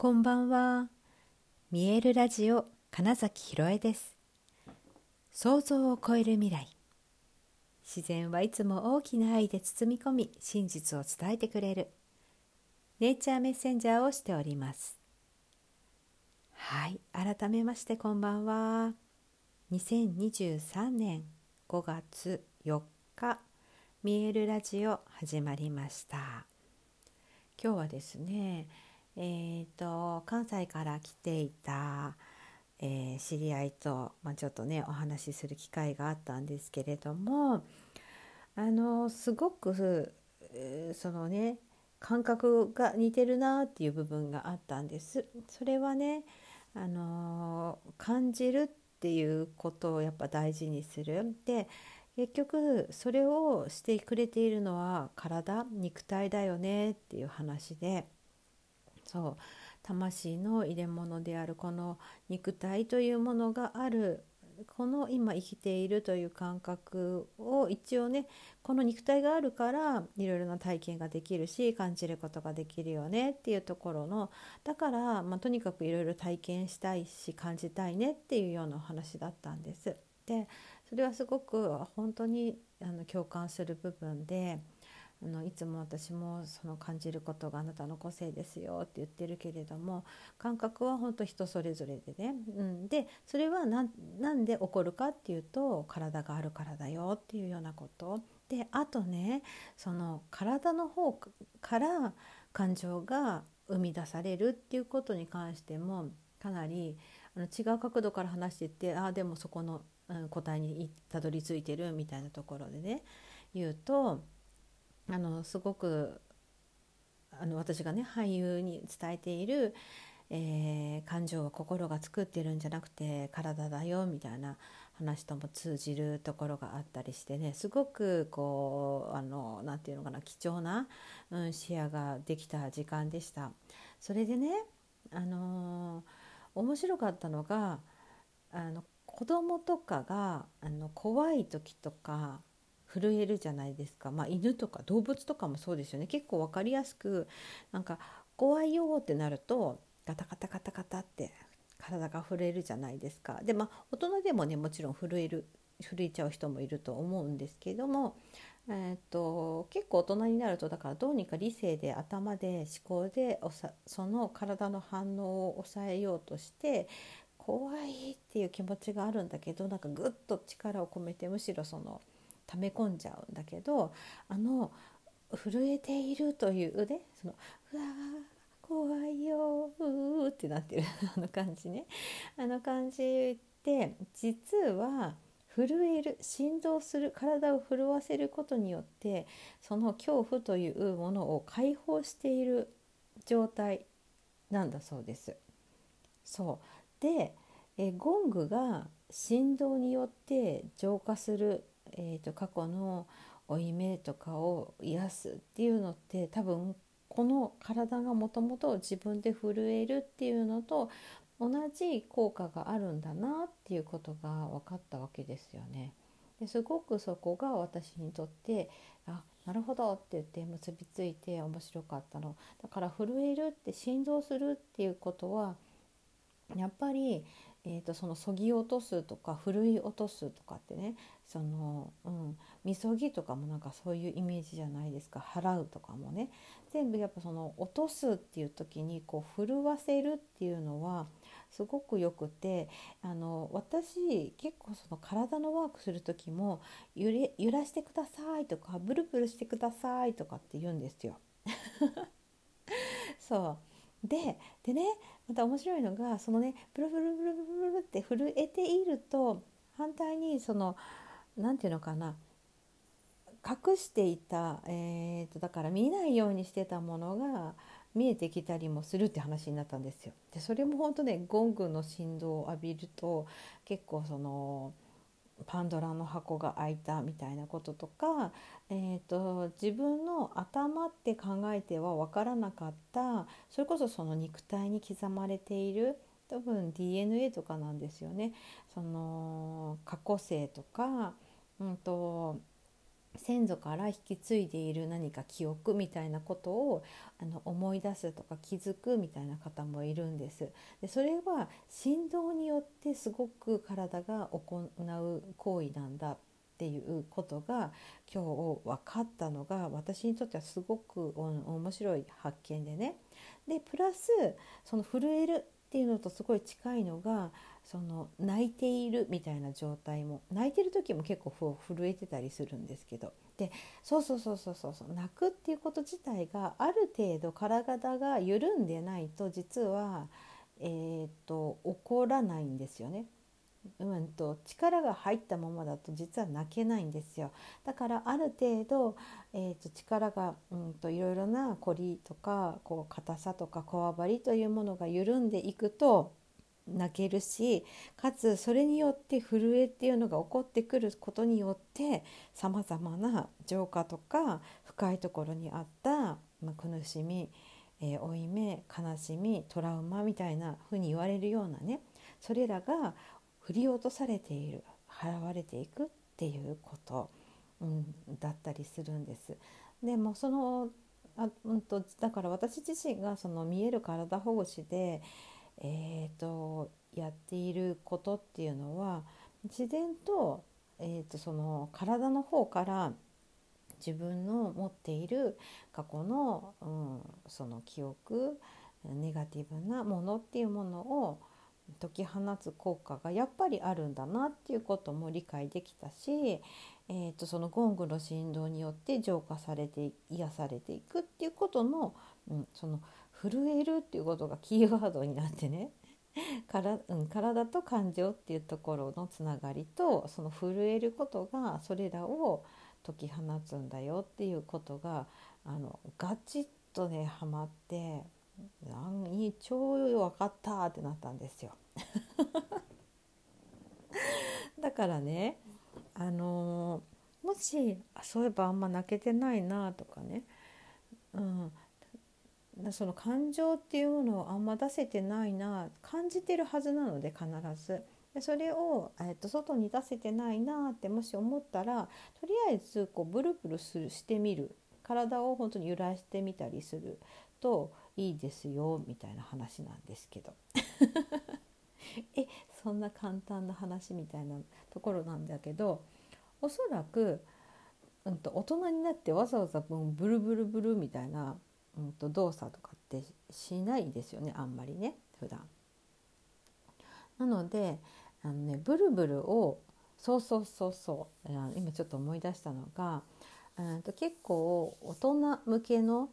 こんばんは。見えるラジオ金崎ひろえです。想像を超える未来。自然はいつも大きな愛で包み込み、真実を伝えてくれるネイチャーメッセンジャーをしております。はい、改めましてこんばんは。2023年5月4日、見えるラジオ始まりました。今日はですね、関西から来ていた、知り合いと、ちょっとねお話しする機会があったんですけれども、すごく、そのね感覚が似てるなっていう部分があったんです。それはね、感じるっていうことをやっぱ大事にする。で、結局それをしてくれているのは体、肉体だよねっていう話で、そう魂の入れ物であるこの肉体というものがある、この今生きているという感覚を一応ね、この肉体があるからいろいろな体験ができるし感じることができるよねっていうところの、だから、とにかくいろいろ体験したいし感じたいねっていうようなお話だったんです。で、それはすごく本当に共感する部分で、いつも私もその感じることがあなたの個性ですよって言ってるけれども、感覚は本当人それぞれでね、でそれはなんで起こるかっていうと、体があるからだよっていうようなことで、あとね、その体の方から感情が生み出されるっていうことに関してもかなり違う角度から話していって、でもそこの、答えにたどり着いてるみたいなところでね言うと、すごく私がね俳優に伝えている、感情は心が作ってるんじゃなくて体だよみたいな話とも通じるところがあったりしてね、すごくこうなんていうのかな、貴重な、視野ができた時間でした。それでね、面白かったのが、子供とかが怖い時とか震えるじゃないですか。犬とか動物とかもそうですよね。結構分かりやすく、なんか怖いよってなるとガタガタガタガタって体が震えるじゃないですか。で、大人でもねもちろん震えちゃう人もいると思うんですけれども、結構大人になると、だからどうにか理性で頭で思考でその体の反応を抑えようとして怖いっていう気持ちがあるんだけど、なんかぐっと力を込めてむしろその溜め込んじゃうんだけど、震えているというね、そのうわー怖いようーってなってるあの感じね、あの感じって実は震える、振動する、体を震わせることによってその恐怖というものを解放している状態なんだそうです。そうで、ゴングが振動によって浄化する、過去の負い目とかを癒すっていうのって、多分この体がもともと自分で震えるっていうのと同じ効果があるんだなっていうことが分かったわけですよね。ですごくそこが私にとって、なるほどって言って結びついて面白かったの。だから震えるって振動するっていうことはやっぱり、そのそぎ落とすとかふるい落とすとかってね、その、みそぎとかもなんかそういうイメージじゃないですか。払うとかもね、全部やっぱその落とすっていう時にこう震わせるっていうのはすごくよくて、私結構その体のワークする時も揺らしてくださいとかブルブルしてくださいとかって言うんですよ。そうでね、また面白いのが、そのねブルブルブルブルブルって震えていると、反対にそのなんていうのかな、隠していた、だから見ないようにしてたものが見えてきたりもするって話になったんですよ。でそれも本当ね、ゴングの振動を浴びると結構そのパンドラの箱が開いたみたいなこととか、自分の頭って考えては分からなかった、それこそその肉体に刻まれている多分 DNA とかなんですよね。その過去性とか、 先祖から引き継いでいる何か記憶みたいなことを思い出すとか気づくみたいな方もいるんです。でそれは振動によってすごく体が行う行為なんだっていうことが今日分かったのが、私にとってはすごく面白い発見でね。でプラスその震えるっていうのとすごい近いのが、その泣いているみたいな状態も、泣いてる時も結構震えてたりするんですけど、でそう泣くっていうこと自体がある程度体が緩んでないと実は、起こらないんですよね。力が入ったままだと実は泣けないんですよ。だからある程度、力が、いろいろなこりとかこう硬さとかこわばりというものが緩んでいくと泣けるし、かつそれによって震えっていうのが起こってくることによってさまざまな浄化とか深いところにあった、苦しみ、負い目、悲しみ、トラウマみたいな風に言われるようなね、それらが振り落とされている、払われていくっていうこと、だったりするんです。でもそのだから私自身がその見える体ほぐしでやっていることっていうのは自然と、その体の方から自分の持っている過去の、その記憶、ネガティブなものっていうものを解き放つ効果がやっぱりあるんだなっていうことも理解できたし、そのゴングの振動によって浄化されて癒されていくっていうことの、その震えるっていうことがキーワードになってね体と感情っていうところのつながりと、その震えることがそれらを解き放つんだよっていうことがガチッとねハマって、超分かったってなったんですよ。だからね、もしそういえばあんま泣けてないなとかね、その感情っていうものをあんま出せてないな、感じてるはずなので必ず。でそれを、外に出せてないなってもし思ったら、とりあえずこうブルブルしてみる、体を本当に揺らしてみたりするといいですよみたいな話なんですけどそんな簡単な話みたいなところなんだけど、おそらく、大人になってわざわざブルブルブルみたいな、動作とかってしないですよね、あんまりね普段。なのでブルブルを今ちょっと思い出したのが、結構大人向けの、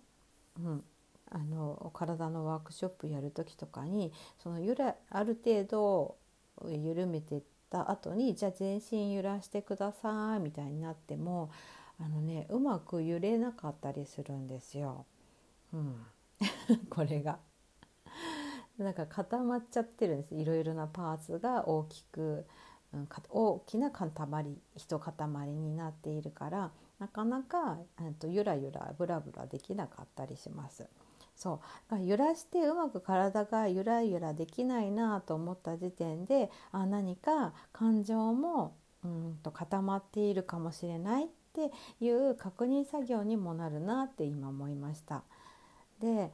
体のワークショップやる時とかにそのある程度緩めてった後に、じゃあ全身揺らしてくださいみたいになってもうまく揺れなかったりするんですよ。これがなんか固まっちゃってるんです。いろいろなパーツが大きく、大きな塊一塊になっているから、なかなかゆらゆらブラブラできなかったりします。そう揺らしてうまく体がゆらゆらできないなと思った時点で、何か感情も固まっているかもしれないっていう確認作業にもなるなって今思いました。で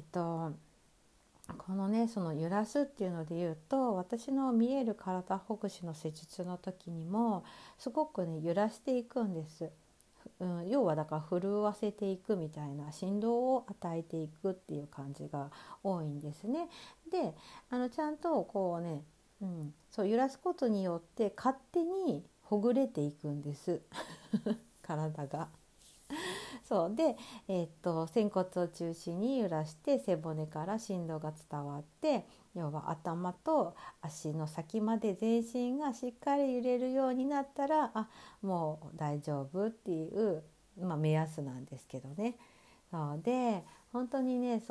このねその揺らすっていうので言うと、私の見える体ほぐしの施術の時にもすごくね揺らしていくんです。要はだから震わせていくみたいな、振動を与えていくっていう感じが多いんですね。でちゃんとこうね、そう揺らすことによって勝手にほぐれていくんです体が。そうで、仙骨を中心に揺らして背骨から振動が伝わって、要は頭と足の先まで全身がしっかり揺れるようになったら、もう大丈夫っていう、目安なんですけどね。そうで本当にね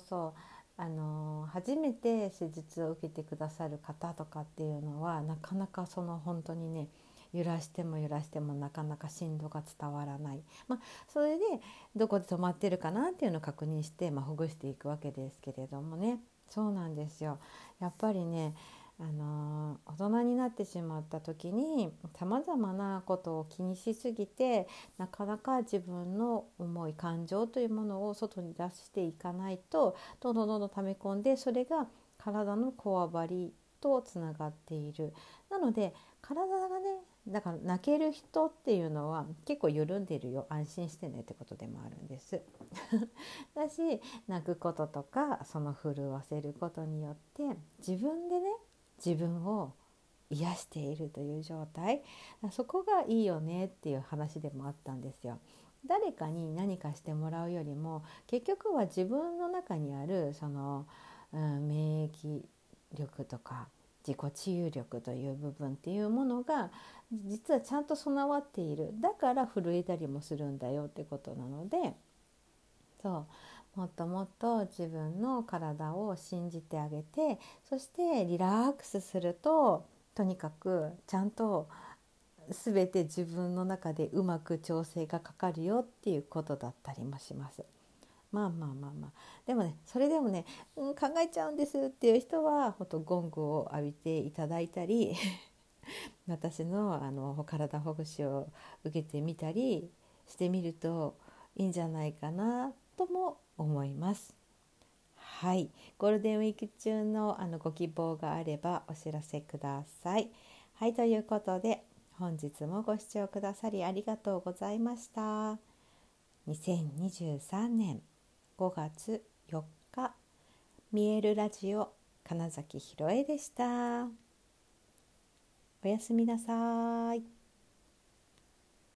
初めて施術を受けてくださる方とかっていうのは、なかなかその本当にね揺らしても揺らしてもなかなか振動が伝わらない、それでどこで止まってるかなっていうのを確認して、ほぐしていくわけですけれどもね。そうなんですよ。やっぱりね大人になってしまった時にさまざまなことを気にしすぎて、なかなか自分の思い感情というものを外に出していかないと、どんどん溜め込んで、それが体のこわばりとつながっている。なので体がね、だから泣ける人っていうのは結構緩んでるよ、安心してねってことでもあるんですだし、泣くこととかその震わせることによって自分でね、自分を癒しているという状態、そこがいいよねっていう話でもあったんですよ。誰かに何かしてもらうよりも、結局は自分の中にあるその、免疫力とか自己治癒力という部分っていうものが実はちゃんと備わっている。だから震えたりもするんだよってことなので、そうもっともっと自分の体を信じてあげて、そしてリラックスすると、とにかくちゃんと全て自分の中でうまく調整がかかるよっていうことだったりもします。まあでもね、それでもね、考えちゃうんですっていう人はほんとゴングを浴びていただいたり私の体ほぐしを受けてみたりしてみるといいんじゃないかなとも思います。はい、ゴールデンウィーク中のご希望があればお知らせください。はい、ということで本日もご視聴くださりありがとうございました。2023年5月4日、見えるラジオ金崎ひろえでした。おやすみなさい。